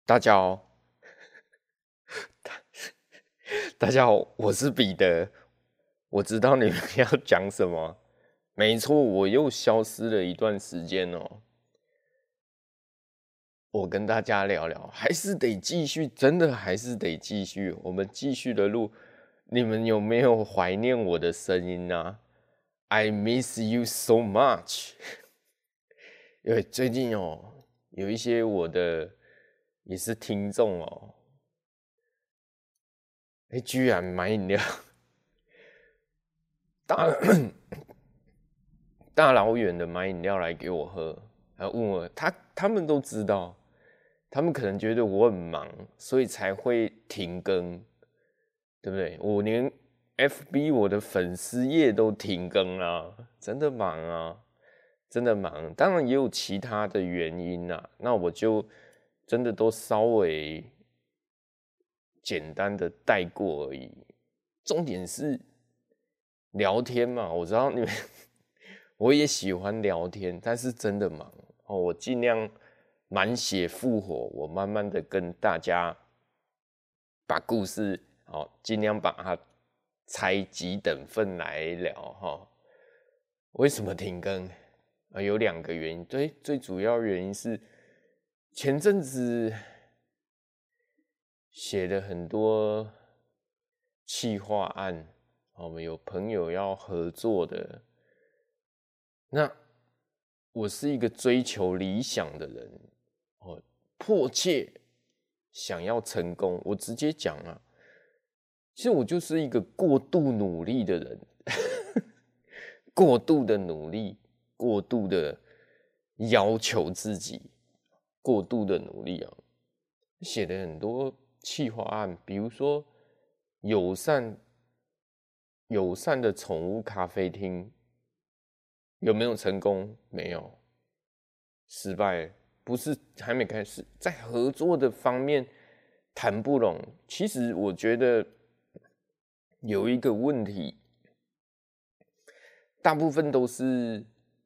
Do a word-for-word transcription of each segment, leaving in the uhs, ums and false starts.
大家好，大家好，我是彼得。我知道你们要讲什么，没错，我又消失了一段时间哦。我跟大家聊聊，还是得继续，真的还是得继续，我们继续的录。你们有没有怀念我的声音啊 ？I miss you so much 因为最近哦，有一些我的也是听众哦，哎、欸，居然买饮料，大大老远的买饮料来给我喝，还问我，他他们都知道，他们可能觉得我很忙，所以才会停更，对不对？我连 F B 我的粉丝页都停更啦，真的忙啊，真的忙。当然也有其他的原因啦，那我就真的都稍微简单的带过而已。重点是聊天嘛，我知道你们我也喜欢聊天，但是真的忙哦，我尽量满血复活，我慢慢的跟大家把故事哦，尽量把它拆几等份来聊哈。为什么停更啊？有两个原因，最最主要原因是前阵子写了很多企划案，我们有朋友要合作的。那我是一个追求理想的人，哦，迫切想要成功。我直接讲啊，其实我就是一个过度努力的人，过度的努力，过度的要求自己，过度的努力啊，写了很多企划案，比如说友善友善的宠物咖啡厅。有没有成功？没有，失败。不是还没开始，在合作的方面谈不拢。其实我觉得有一个问题，大部分都是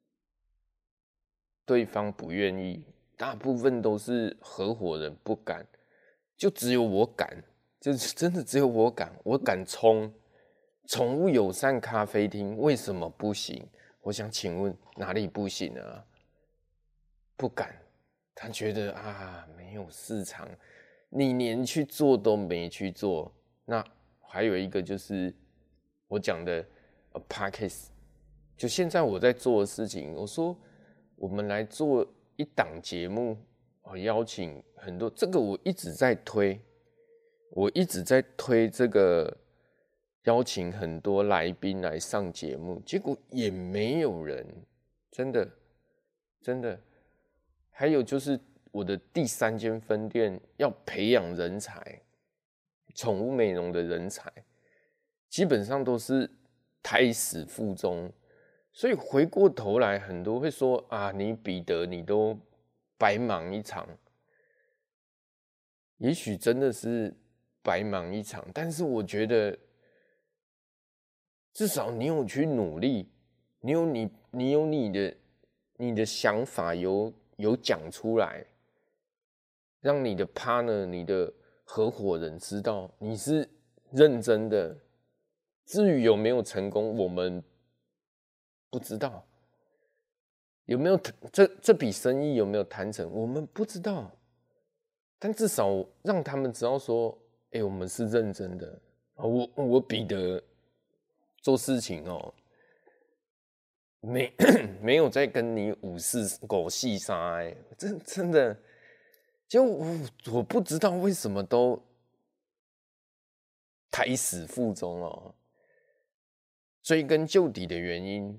对方不愿意，大部分都是合伙人不敢，就只有我敢，就是真的只有我敢，我敢冲。宠物友善咖啡厅为什么不行？我想请问哪里不行啊？不敢，他觉得啊没有市场，你连去做都没去做。那还有一个就是我讲的 Podcast， 就现在我在做的事情，我说我们来做一档节目，邀请很多，这个我一直在推，我一直在推这个。邀请很多来宾来上节目，结果也没有人，真的，真的。还有就是我的第三间分店要培养人才，宠物美容的人才，基本上都是胎死腹中。所以回过头来，很多会说啊，你彼得你都白忙一场，也许真的是白忙一场，但是我觉得。至少你有去努力，你有你，你有你的，你的想法有有讲出来，让你的 partner、你的合伙人知道你是认真的。至于有没有成功，我们不知道。有没有这这笔生意有没有谈成，我们不知道。但至少让他们知道说，哎、欸，我们是认真的。我我彼得。做事情哦，没没有在跟你五四狗戏杀哎，真真的，就我我不知道为什么都胎死腹中哦，追根究底的原因，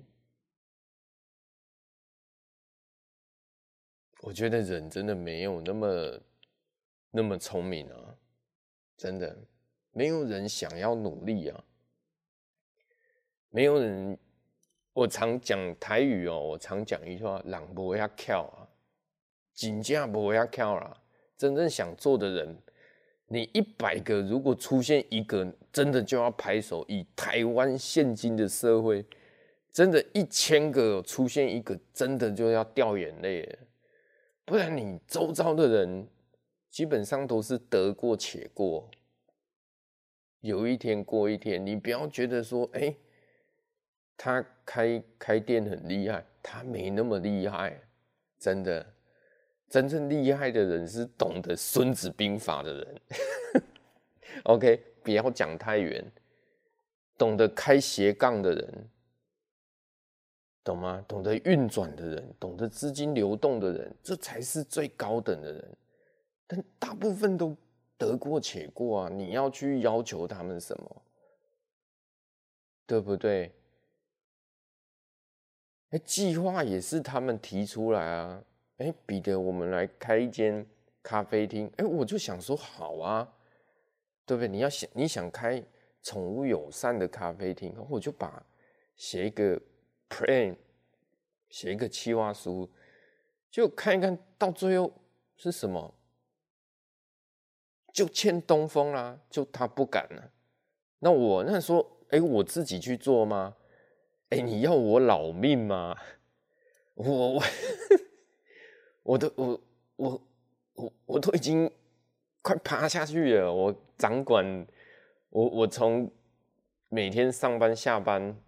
我觉得人真的没有那么那么聪明啊，真的没有人想要努力啊。没有人，我常讲台语哦，我常讲一句话：人无遐巧啊，真正无遐巧啦。真正想做的人，你一百个如果出现一个，真的就要拍手。以台湾现今的社会，真的，一千个出现一个，真的就要掉眼泪了。不然你周遭的人， 基本上都是得过且过，有一天过一天。你不要觉得说，哎、欸，他开开店很厉害，他没那么厉害，真的。真正厉害的人是懂得《孙子兵法》的人。OK， 不要讲太远，懂得开斜杠的人。懂吗？懂得运转的人，懂得资金流动的人，这才是最高等的人。但大部分都得过且过啊！你要去要求他们什么？对不对？哎，计划也是他们提出来啊。哎，彼得，我们来开一间咖啡厅。哎，我就想说，好啊，对不对？你要想，你想开宠物友善的咖啡厅，我就把写一个 plan。写一个企划书，就看一看到最后是什么，就欠东风啦、啊，就他不敢了、啊。那我那说，哎、欸，我自己去做吗？哎、欸，你要我老命吗？我我我都我我我我都已经快趴下去了。我掌管我我从每天上班下班。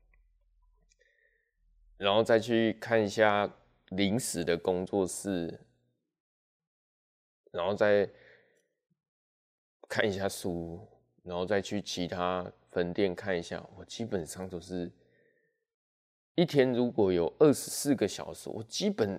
然后再去看一下临时的工作室，然后再看一下书，然后再去其他分店看一下。我基本上都是一天如果有二十四个小时，我基本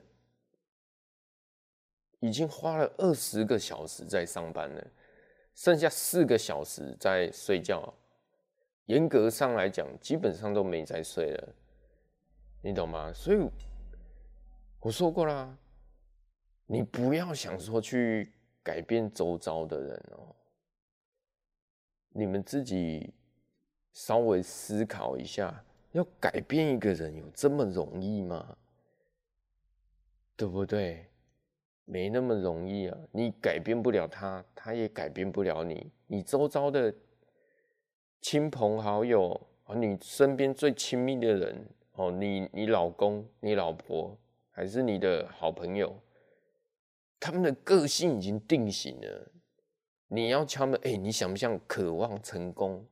已经花了二十个小时在上班了，剩下四个小时在睡觉。严格上来讲，基本上都没在睡了。你懂吗？所以我说过啦，你不要想说去改变周遭的人哦，你们自己稍微思考一下，要改变一个人有这么容易吗？对不对？没那么容易啊！你改变不了他，他也改变不了你。你周遭的亲朋好友啊，你身边最亲密的人哦，你你老公、你老婆，还是你的好朋友，他们的个性已经定型了。你要他们，哎、欸，你想不想渴望成功？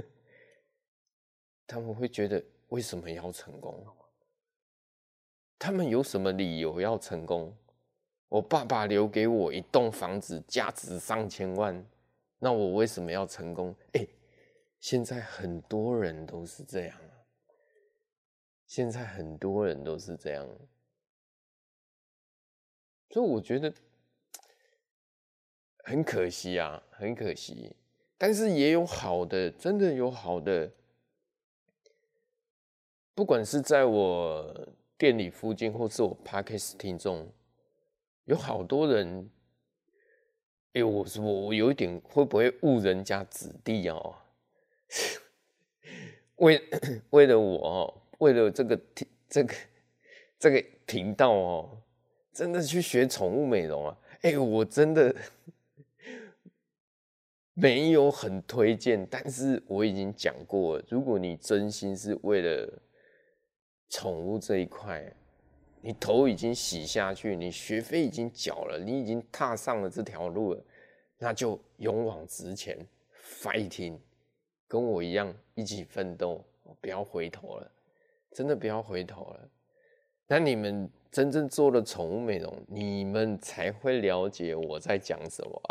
他们会觉得为什么要成功？他们有什么理由要成功？我爸爸留给我一栋房子，价值上千万，那我为什么要成功？哎、欸，现在很多人都是这样啊，现在很多人都是这样，所以我觉得很可惜啊，很可惜。但是也有好的，真的有好的，不管是在我店里附近，或是我 Podcast 听众。有好多人，哎、欸，我我我有一点会不会误人家子弟哦？为为了我哦，为了这个这个这个频道哦，真的去学宠物美容啊？哎、欸，我真的没有很推荐，但是我已经讲过了，如果你真心是为了宠物这一块。你头已经洗下去，你学费已经缴了，你已经踏上了这条路了，那就勇往直前 ，fighting， 跟我一样一起奋斗，不要回头了，真的不要回头了。那你们真正做了宠物美容，你们才会了解我在讲什么，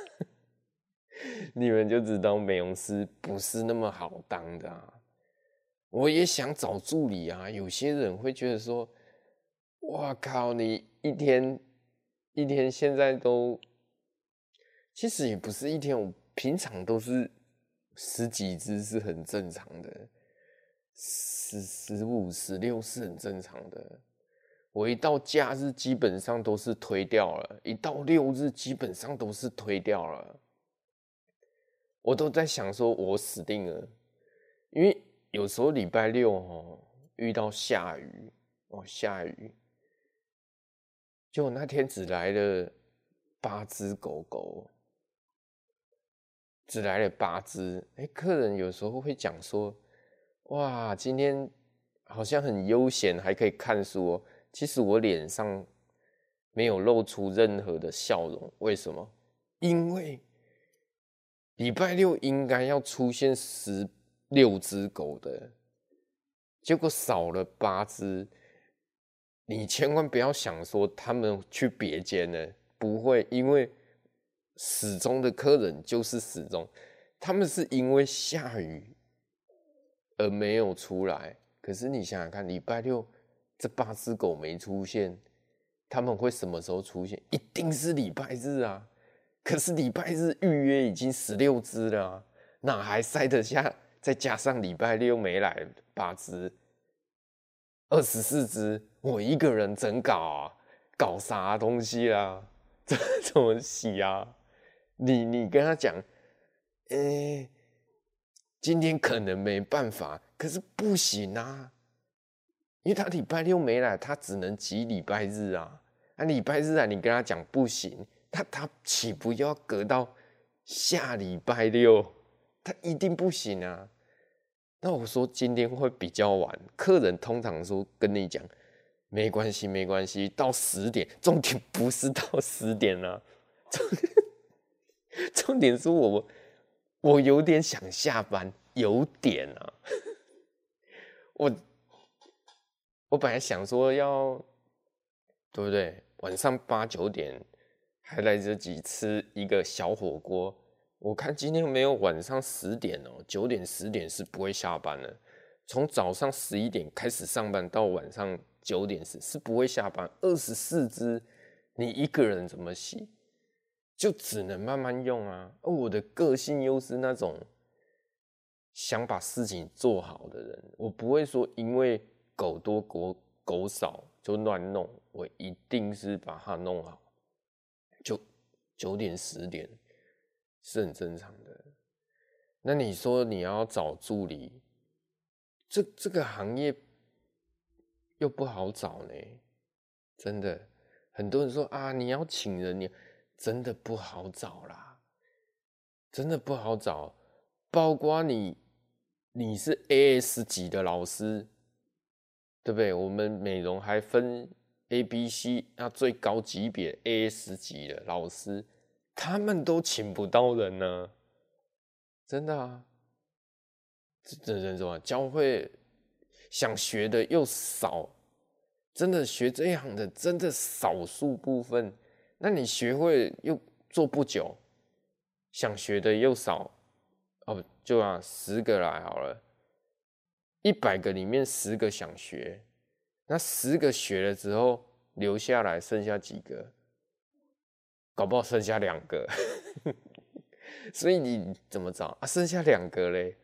你们就知道美容师不是那么好当的啊。我也想找助理啊，有些人会觉得说。哇靠！你一天一天现在都，其实也不是一天，我平常都是十几只是很正常的，十十五、十六是很正常的。我一到假日基本上都是推掉了，一到六日基本上都是推掉了。我都在想说，我死定了，因为有时候礼拜六哦遇到下雨哦，下雨。就那天只来了八只狗狗，只来了八只。哎，客人有时候会讲说：“哇，今天好像很悠闲，还可以看书哦。”其实我脸上没有露出任何的笑容，为什么？ 因为礼拜六应该要出现十六只狗的，结果少了八只。你千万不要想说他们去别间了，不会，因为始终的客人就是始终，他们是因为下雨而没有出来。可是你想想看，礼拜六这八只狗没出现，他们会什么时候出现？一定是礼拜日啊！可是礼拜日预约已经十六只了啊，哪还塞得下？再加上礼拜六没来八只，二十四只，我一个人整搞啊，搞啥东西啦？这怎么洗啊？你你跟他讲，诶、欸，今天可能没办法，可是不行啊，因为他礼拜六没来，他只能挤礼拜日啊。啊，礼拜日啊，你跟他讲不行，他他岂不要隔到下礼拜六？他一定不行啊。那我说今天会比较晚，客人通常说跟你讲没关系没关系，到十点，重点不是到十点啊，重点重点是我我有点想下班，有点啊，我我本来想说要对不对，晚上八九点还来得及吃一个小火锅。我看今天没有晚上十点哦，九点十点是不会下班的。从早上十一点开始上班到晚上九点是是不会下班。二十四只，你一个人怎么洗？就只能慢慢用啊。而我的个性又是那种想把事情做好的人，我不会说因为狗多狗狗少就乱弄，我一定是把它弄好。就九点十点。是很正常的。那你说你要找助理，这这个行业又不好找呢，真的。很多人说啊，你要请人，你真的不好找啦，真的不好找。包括你，你是 A S 级的老师，对不对？我们美容还分 A、B、C， 那最高级别 A S 级的老师。他们都请不到人呢，真的啊！这这人什么？教会想学的又少，真的学这一行的真的少数部分。那你学会又做不久，想学的又少，哦，就啊，十个来好了，一百个里面十个想学，那十个学了之后留下来剩下几个？搞不好剩下两个，所以你怎么找啊？剩下两个嘞，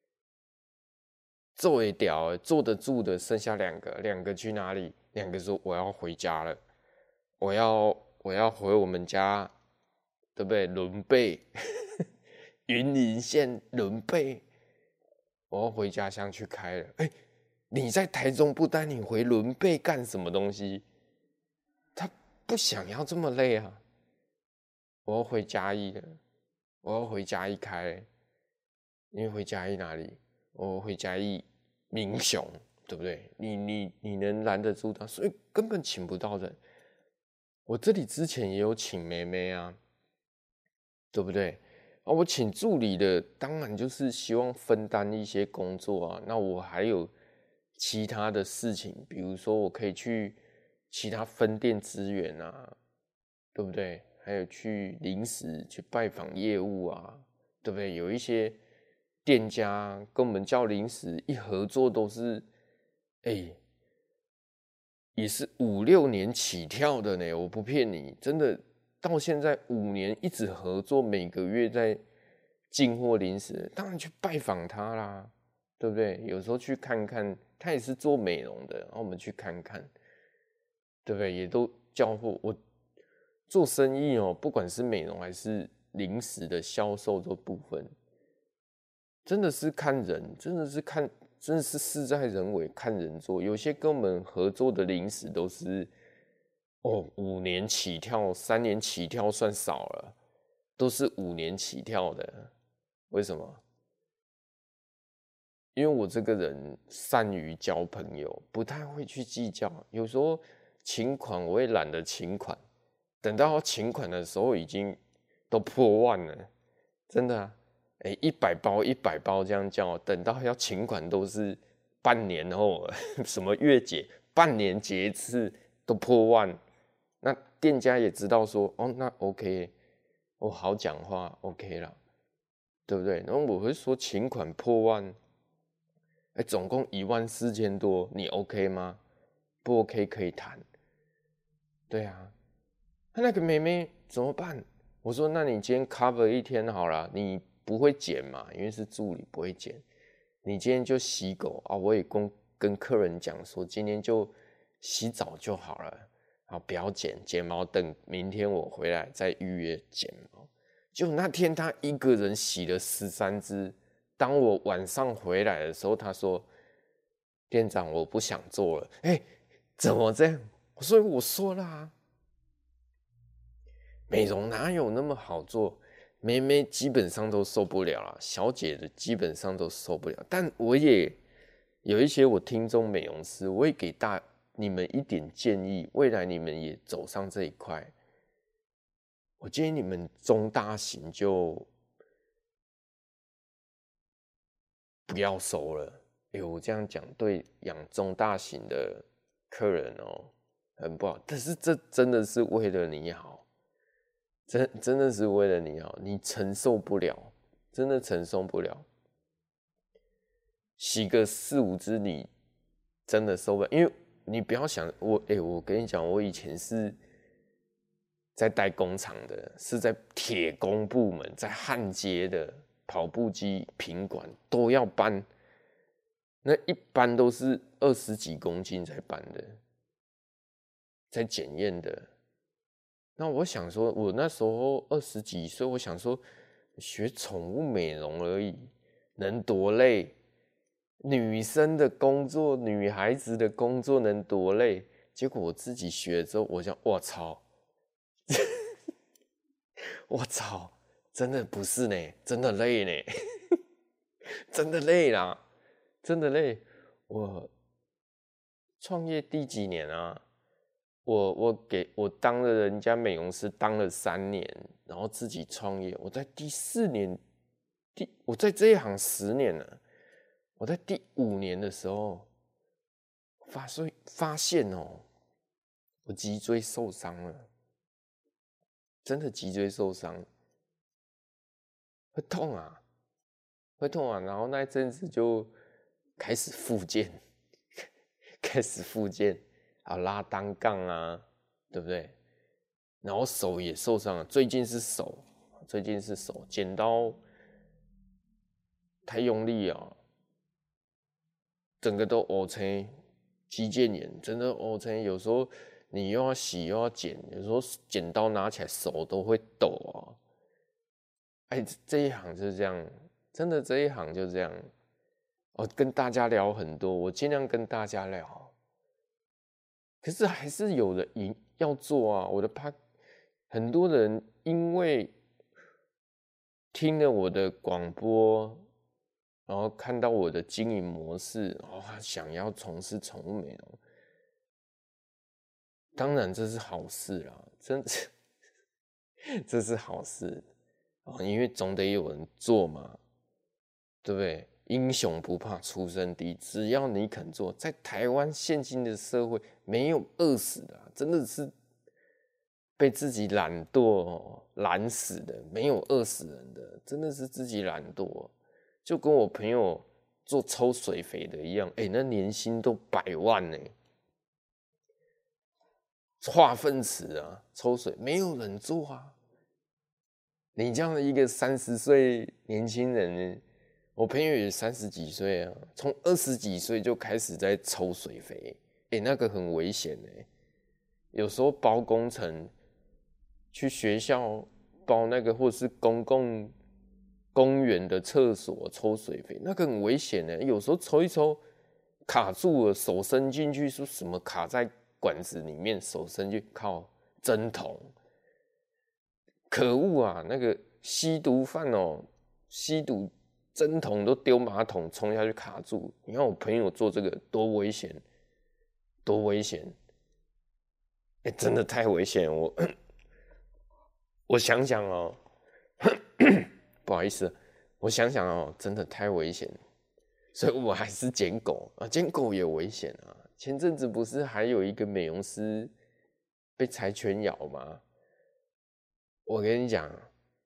做得掉，坐得住的剩下两个，两个去哪里？两个说我要回家了，我要我要回我们家，对不对？伦贝，云林县伦贝，我要回家乡去开了。哎、欸，你在台中不丹，你回伦贝干什么东西？他不想要这么累啊。我要回嘉义了，我要回嘉义开，因为回嘉义哪里？我回嘉义民雄，对不对？你你你能拦得住他？所以根本请不到人。我这里之前也有请妹妹啊，对不对？啊，我请助理的，当然就是希望分担一些工作啊。那我还有其他的事情，比如说我可以去其他分店支援啊，对不对？还有去临时去拜访业务啊，对不对？有一些店家跟我们叫临时一合作都是，哎、欸，也是五六年起跳的呢，我不骗你，真的到现在五年一直合作，每个月在进货临时，当然去拜访他啦，对不对？有时候去看看，他也是做美容的，然后我们去看看，对不对？也都叫货我。做生意哦，不管是美容还是零食的销售这部分，真的是看人，真的是看，真的是事在人为，看人做。有些跟我们合作的零食都是哦，五年起跳，三年起跳算少了，都是五年起跳的。为什么？因为我这个人善于交朋友，不太会去计较。有时候请款我也懒得请款。等到请款的时候，已经都破万了，真的啊！哎、欸，一百包一百包这样叫，等到要请款都是半年后，什么月结，半年结一次都破万，那店家也知道说，哦，那 OK， 我、哦、好讲话 OK 啦，对不对？然后我会说请款破万，哎、欸，总共一万四千多，你 OK 吗？不 OK 可以谈，对啊。那个妹妹怎么办？我说，那你今天 cover 一天好了，你不会剪嘛，因为是助理不会剪，你今天就洗狗啊，我也跟跟客人讲说，今天就洗澡就好了，啊，不要剪剪毛，等明天我回来再预约剪毛。就那天他一个人洗了十三只，当我晚上回来的时候，他说，店长我不想做了，哎、欸，怎么这样？所以我说啦、啊。美容哪有那么好做？妹妹基本上都受不了啦，小姐的基本上都受不了。但我也有一些我听众美容师，我也给大你们一点建议，未来你们也走上这一块。我建议你们中大型就不要收了。哎、欸，我这样讲对养中大型的客人哦、喔、很不好，但是这真的是为了你好。真真的是为了你好，你承受不了，真的承受不了。洗个四五支你真的受不了，因为你不要想我，哎、欸，我跟你讲，我以前是在带工厂的，是在铁工部门，在焊接的跑步机、品管都要搬，那一般都是二十几公斤才搬的，在检验的。那我想说，我那时候二十几岁，我想说学宠物美容而已，能多累？女生的工作，女孩子的工作能多累？结果我自己学了之后，我想，我操，我操，真的不是呢，真的累呢，真的累啦，真的累。我创业第几年啊？我我给我当了人家美容师当了三年，然后自己创业。我在第四年，第我在这一行十年了。我在第五年的时候发现发现哦，我脊椎受伤了，真的脊椎受伤，会痛啊，会痛啊。然后那一阵子就开始复健，开始复健。啊，拉单杠啊，对不对？然后手也受伤了，最近是手，最近是手，剪刀太用力啊，整个都凹成肌腱炎，真的凹成。有时候你又要洗又要剪，有时候剪刀拿起来手都会抖啊。哎，这一行就是这样，真的这一行就这样。哦，跟大家聊很多，我尽量跟大家聊。可是还是有人要做啊！我的 Pod， 很多人因为听了我的广播，然后看到我的经营模式，哦，想要从事宠物美容。当然这是好事啦，真的，这是好事啊，因为总得有人做嘛，对不对？英雄不怕出身低，只要你肯做，在台湾现今的社会，没有饿死的、啊，真的是被自己懒惰懒死的，没有饿死人的，真的是自己懒惰。就跟我朋友做抽水肥的一样，哎、欸，那年薪都百万呢、欸。化粪池啊，抽水没有人做啊。你这样的一个三十岁年轻人。我朋友也三十几岁啊，从二十几岁就开始在抽水肥，哎、欸，那个很危险哎。有时候包工程，去学校包那个，或是公共公园的厕所抽水肥，那个很危险哎。有时候抽一抽卡住了，手伸进去说什么卡在管子里面，手伸去靠针筒，可恶啊！那个吸毒犯哦，吸毒。针筒都丢马桶冲下去卡住，你看我朋友做这个多危险，多危险！哎、欸，真的太危险！我我想想哦， 不好意思，我想想哦，真的太危险了，所以我还是捡狗啊，捡狗也危险啊。前阵子不是还有一个美容师被柴犬咬吗？我跟你讲，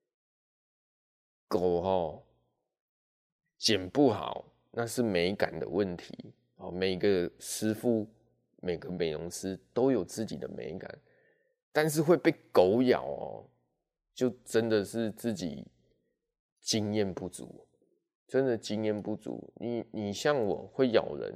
狗哦，剪不好那是美感的问题哦。每个师傅、每个美容师都有自己的美感，但是会被狗咬哦，就真的是自己经验不足，真的经验不足。你你像我会咬人，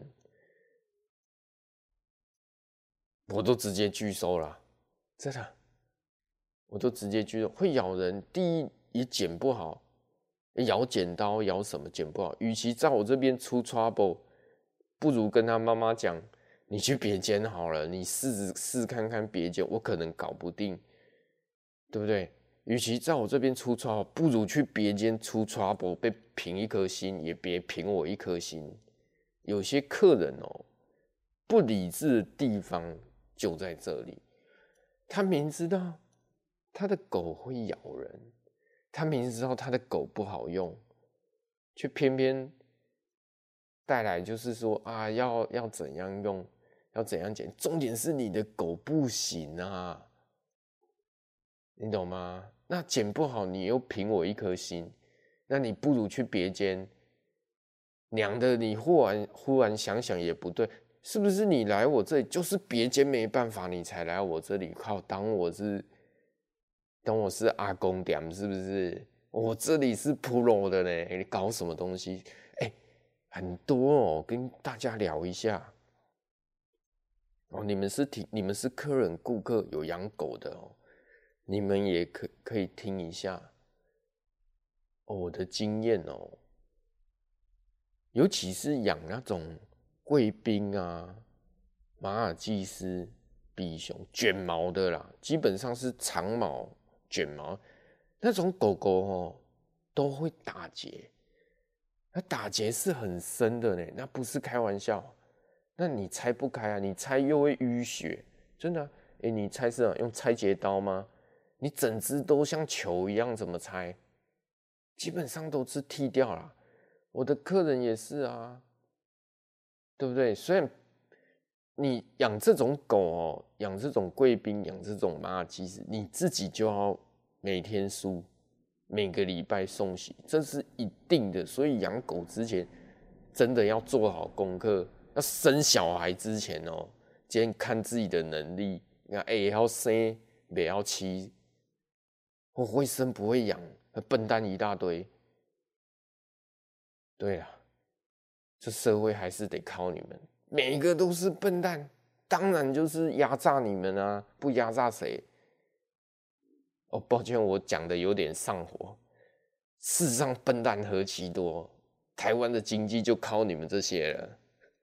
我都直接拒收了，真的，我都直接拒收。会咬人，第一也剪不好。咬剪刀咬什么剪不好，与其在我这边出 trouble， 不如跟他妈妈讲，你去别间好了，你试试看看别间，我可能搞不定，对不对？与其在我这边出 trouble， 不如去别间出 trouble， 被评一颗星，也别评我一颗星。有些客人哦，不理智的地方就在这里，他明知道他的狗会咬人。他明知道他的狗不好用，却偏偏带来就是说啊，要要怎样用，要怎样剪。重点是你的狗不行啊，你懂吗？那剪不好，你又评我一颗星，那你不如去别间。娘的，你忽然忽然想想也不对，是不是你来我这里就是别间没办法，你才来我这里靠当我是？当我是阿公店是不是？我这里是 pro 的呢，你搞什么东西？哎、欸，很多哦，跟大家聊一下。哦，你们是听，你们是客人、顾客有养狗的哦，你们也可可以听一下、哦、我的经验哦。尤其是养那种贵宾啊、马尔济斯、比熊、卷毛的啦，基本上是长毛。卷毛那种狗狗哦，都会打结，那打结是很深的呢，那不是开玩笑。那你拆不开啊，你拆又会淤血，真的、啊。哎、欸，你拆是、啊、用拆结刀吗？你整只都像球一样，怎么拆？基本上都是剃掉了。我的客人也是啊，对不对？虽然你养这种狗哦，养这种贵宾，养这种马尔济斯，你自己就要每天梳，每个礼拜送洗，这是一定的。所以养狗之前真的要做好功课，要生小孩之前哦，先看自己的能力。你看，哎、欸，要生，不要吃，我会生不会养，笨蛋一大堆。对啊，这社会还是得靠你们。每个都是笨蛋，当然就是压榨你们啊！不压榨谁？哦，抱歉，我讲的有点上火。世上笨蛋何其多，台湾的经济就靠你们这些了。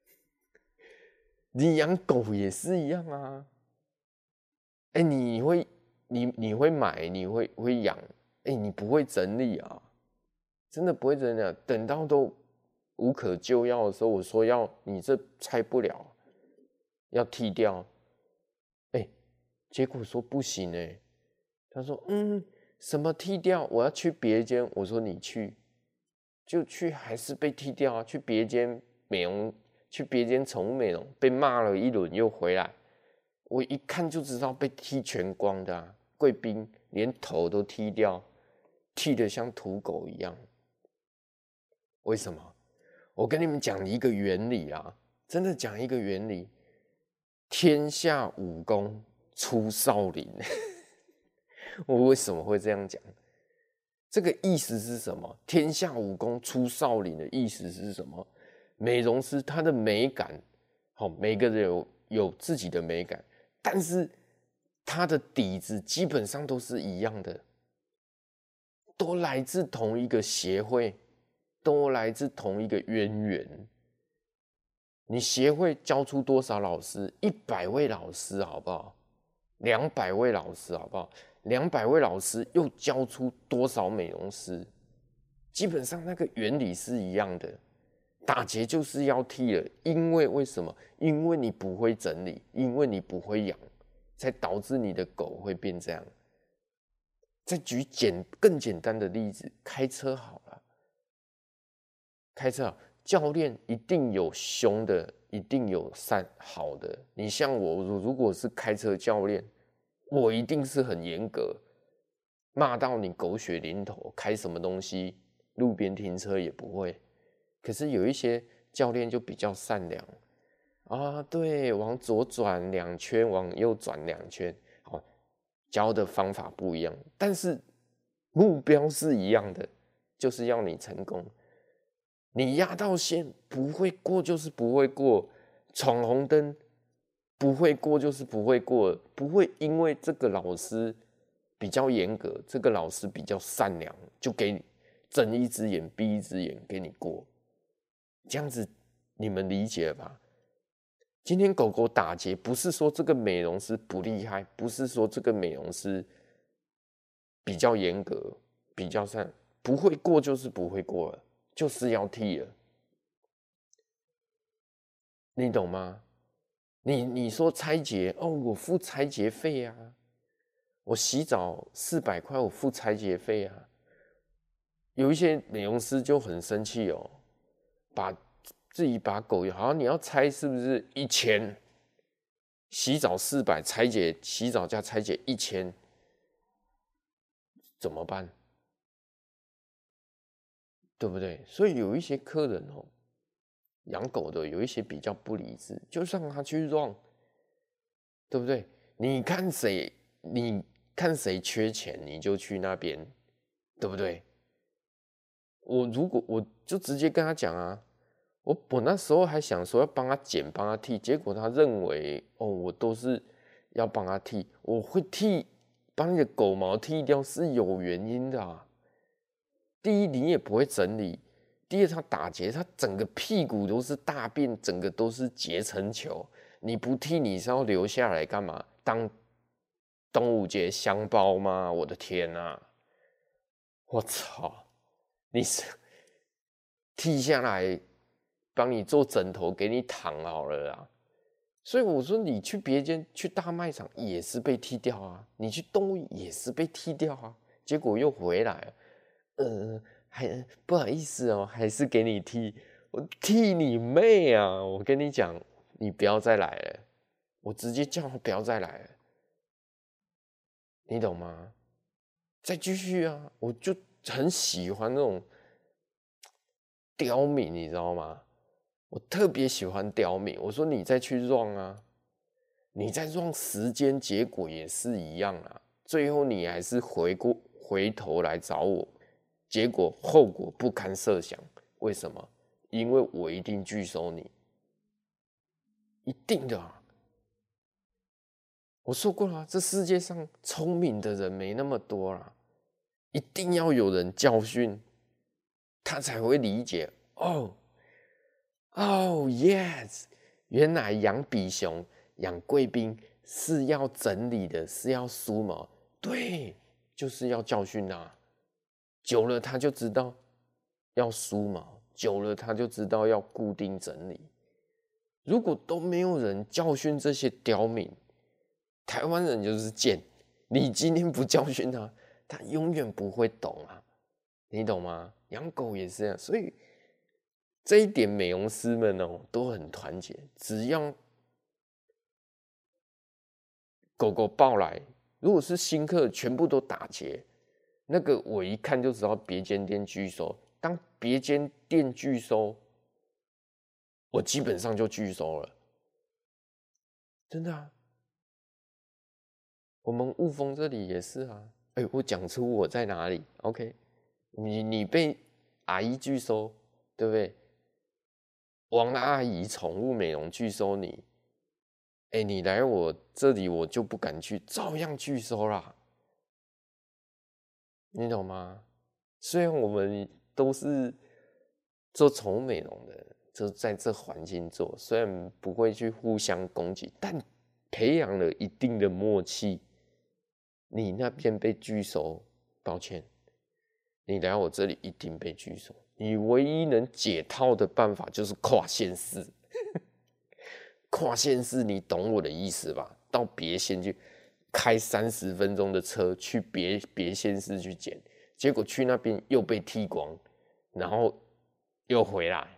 你养狗也是一样啊。哎、欸，你会你你会买，你会会养，哎、欸，你不会整理啊，真的不会整理啊。等到都无可救药的时候，我说要你这拆不了。要剃掉，哎、欸，结果说不行哎、欸，他说嗯，什么剃掉？我要去别间。我说你去，就去，还是被剃掉啊？去别间美容，去别间宠物美容，被骂了一轮又回来。我一看就知道被剃全光的啊，贵宾连头都剃掉，剃得像土狗一样。为什么？我跟你们讲一个原理啊，真的讲一个原理。天下武功出少林，我为什么会这样讲？这个意思是什么？天下武功出少林的意思是什么？美容师他的美感，好，每个人有有自己的美感，但是他的底子基本上都是一样的，都来自同一个协会，都来自同一个渊源。你协会教出多少老师？一百位老师，好不好？两百位老师，好不好？两百位老师又教出多少美容师？基本上那个原理是一样的，打结就是要剃了。因为为什么？因为你不会整理，因为你不会养，才导致你的狗会变这样。 再举简更简单的例子，开车好了，开车好，教练一定有凶的，一定有善好的。你像我，如果是开车教练，我一定是很严格，骂到你狗血淋头，开什么东西，路边停车也不会。可是有一些教练就比较善良啊，对，往左转两圈，往右转两圈，好，教的方法不一样，但是目标是一样的，就是要你成功。你压到线不会过就是不会过，闯红灯不会过就是不会过，不会因为这个老师比较严格，这个老师比较善良，就给你睁一只眼闭一只眼给你过。这样子你们理解了吧？今天狗狗打结，不是说这个美容师不厉害，不是说这个美容师比较严格，比较善，不会过就是不会过了，就是要剃了，你懂吗？你你说拆结哦，我付拆结费啊，我洗澡四百块，我付拆结费啊。有一些美容师就很生气哦，把自己把狗好像你要拆是不是一千？洗澡四百，拆解洗澡加拆解一千，怎么办？对不对？所以有一些客人哦，养狗的有一些比较不理智，就让他去 run， 对不对？你看谁，你看谁缺钱，你就去那边，对不对？我如果我就直接跟他讲啊。我我那时候还想说要帮他剪帮他剃，结果他认为哦我都是要帮他剃，我会剃把你的狗毛剃掉是有原因的啊。第一你也不会整理，第二他打结，他整个屁股都是大便，整个都是结成球，你不剃你是要留下来干嘛？当端午节香包吗？我的天啊！我操，你是剃下来。帮你做枕头，给你躺好了啦。所以我说，你去别间去大卖场也是被剃掉啊，你去动物也是被剃掉啊，结果又回来了，呃，还不好意思哦，还是给你剃，我剃你妹啊！我跟你讲，你不要再来了，我直接叫他不要再来了，你懂吗？再继续啊，我就很喜欢那种刁民，你知道吗？我特别喜欢刁民，我说你再去 run 啊，你再 run 时间，结果也是一样啊，最后你还是回过回头来找我，结果后果不堪设想。为什么？因为我一定拒收你，一定的啊。我说过了，这世界上聪明的人没那么多啦，一定要有人教训，他才会理解哦。哦、oh, yes， 原来养比熊、养贵宾是要整理的，是要梳毛，对，就是要教训啊。久了他就知道要梳毛，久了他就知道要固定整理。如果都没有人教训这些刁民，台湾人就是贱。你今天不教训他，他永远不会懂啊，你懂吗？养狗也是这样，所以。这一点美容师们哦都很团结，只要狗狗抱来，如果是新客全部都打结，那个我一看就知道别间店拒收。当别间店拒收，我基本上就拒收了，真的啊。我们雾峰这里也是啊，哎、欸，我讲出我在哪里 ，OK？ 你你被阿姨拒收，对不对？王阿姨宠物美容拒收你，哎、欸，你来我这里我就不敢去，照样拒收啦，你懂吗？虽然我们都是做宠物美容的，就在这环境做，虽然不会去互相攻击，但培养了一定的默契。你那边被拒收，抱歉，你来我这里一定被拒收。你唯一能解套的办法就是跨县市，跨县市，你懂我的意思吧？到别县去， 开三十分钟的车去别别县市去剪，结果去那边又被剃光，然后又回来，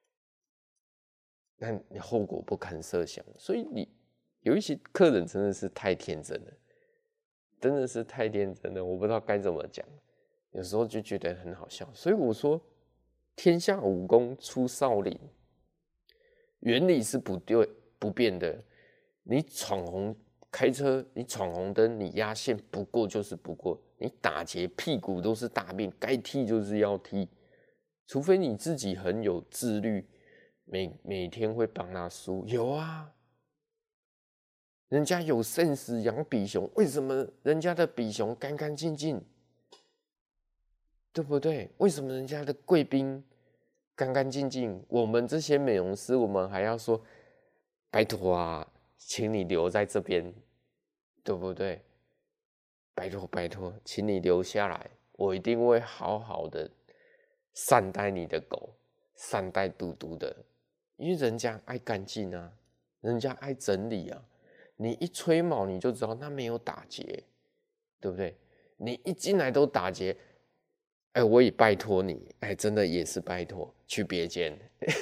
那你后果不堪设想。所以你有一些客人真的是太天真了，真的是太天真了，我不知道该怎么讲，有时候就觉得很好笑。所以我说，天下武功出少林，原理是不对不变的。你闯红开车，你闯红灯，你压线不过就是不过，你打劫屁股都是大便，该踢就是要踢，除非你自己很有自律，每每天会帮他输。有啊，人家有 sense 养比熊，为什么人家的比熊干干净净？对不对？为什么人家的贵宾干干净净？我们这些美容师，我们还要说拜托啊，请你留在这边，对不对？拜托拜托，请你留下来，我一定会好好的善待你的狗，善待嘟嘟的，因为人家爱干净啊，人家爱整理啊。你一吹毛，你就知道那没有打结，对不对？你一进来都打结，哎，我也拜托你，哎，真的也是拜托，去别间，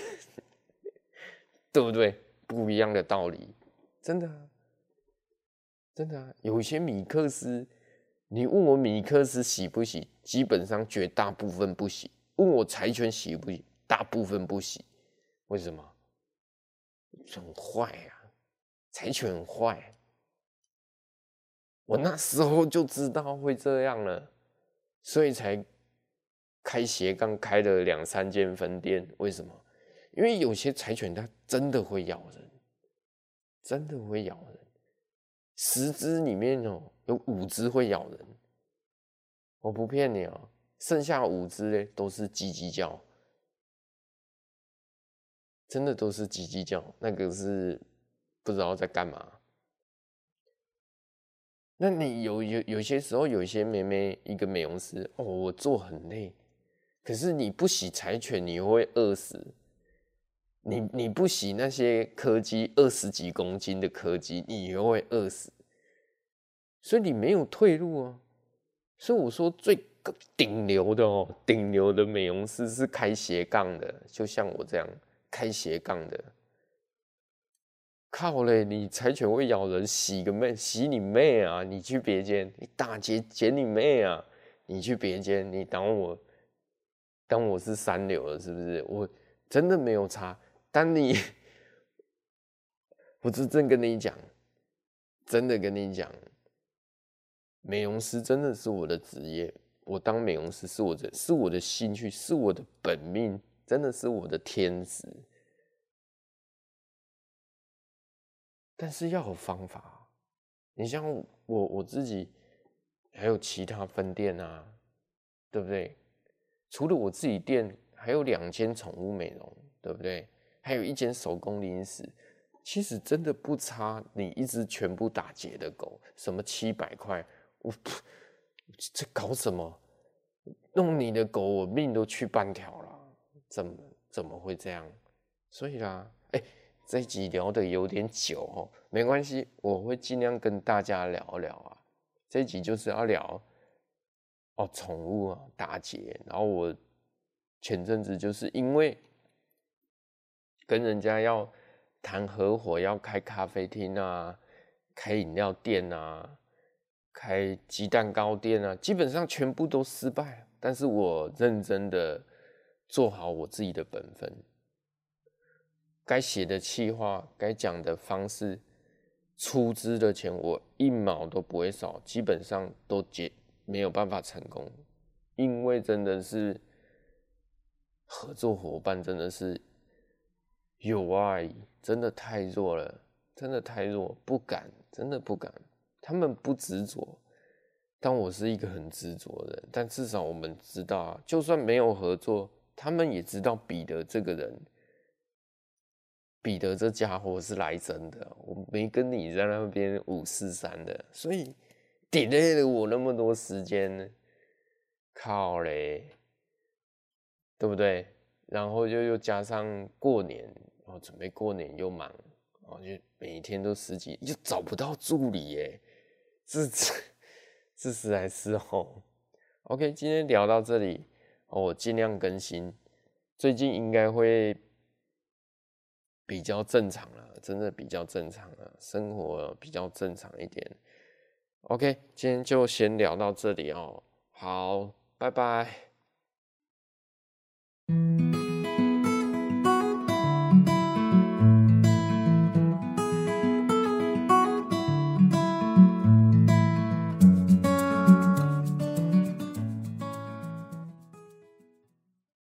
对不对？不一样的道理，真的啊，真的啊。有一些米克斯，你问我米克斯洗不洗，基本上绝大部分不洗。问我柴犬洗不洗，大部分不洗。为什么？很坏啊，柴犬很坏。我那时候就知道会这样了，所以才开斜杠开了两三间分店。为什么？因为有些柴犬它真的会咬人，真的会咬人。十只里面哦，有五只会咬人，我不骗你哦。剩下五只呢，都是叽叽叫，真的都是叽叽叫。那个是不知道在干嘛。那你有有有些时候，有一些妹妹一个美容师哦，我做很累，可是你不洗柴犬，你会饿死。你你不洗那些柯基二十几公斤的柯基，你也会饿死。所以你没有退路啊。所以我说最顶流的哦，顶流的美容师是开斜杠的，就像我这样开斜杠的。靠嘞，你柴犬会咬人，洗个妹，洗你妹啊！你去别间，你打劫捡你妹啊！你去别间，你当我当我是三流了是不是？我真的没有差。当你，我是真跟你讲，真的跟你讲，美容师真的是我的职业，我当美容师是我的，是我的兴趣，是我的本命，真的是我的天职。但是要有方法。你像我我自己，还有其他分店啊，对不对？除了我自己店，还有两间宠物美容，对不对？还有一间手工零食，其实真的不差。你一只全部打结的狗，什么七百块，我这搞什么？弄你的狗，我命都去半条了，怎么怎么会这样？所以啦，哎、欸，这一集聊的有点久哦，没关系，我会尽量跟大家聊聊啊。这一集就是要聊哦，宠物啊，打结。然后我前阵子就是因为跟人家要谈合伙，要开咖啡厅啊，开饮料店啊，开鸡蛋糕店啊，基本上全部都失败。但是我认真的做好我自己的本分，该写的企划，该讲的方式，出资的钱我一毛都不会少，基本上都结没有办法成功，因为真的是合作伙伴真的是有爱，真的太弱了，真的太弱，不敢，真的不敢。他们不执着，但我是一个很执着的人。但至少我们知道啊，就算没有合作，他们也知道彼得这个人。彼得这家伙是来真的，我没跟你在那边五四三的，所以 delay 了我那么多时间，靠嘞，对不对？然后又又加上过年，哦，准备过年又忙，哦，就每天都十几，就找不到助理耶， 是是时还是吼 ？OK， 今天聊到这里，哦，我尽量更新，最近应该会比较正常了，真的比较正常了，生活比较正常一点。OK， 今天就先聊到这里哦，好，拜拜。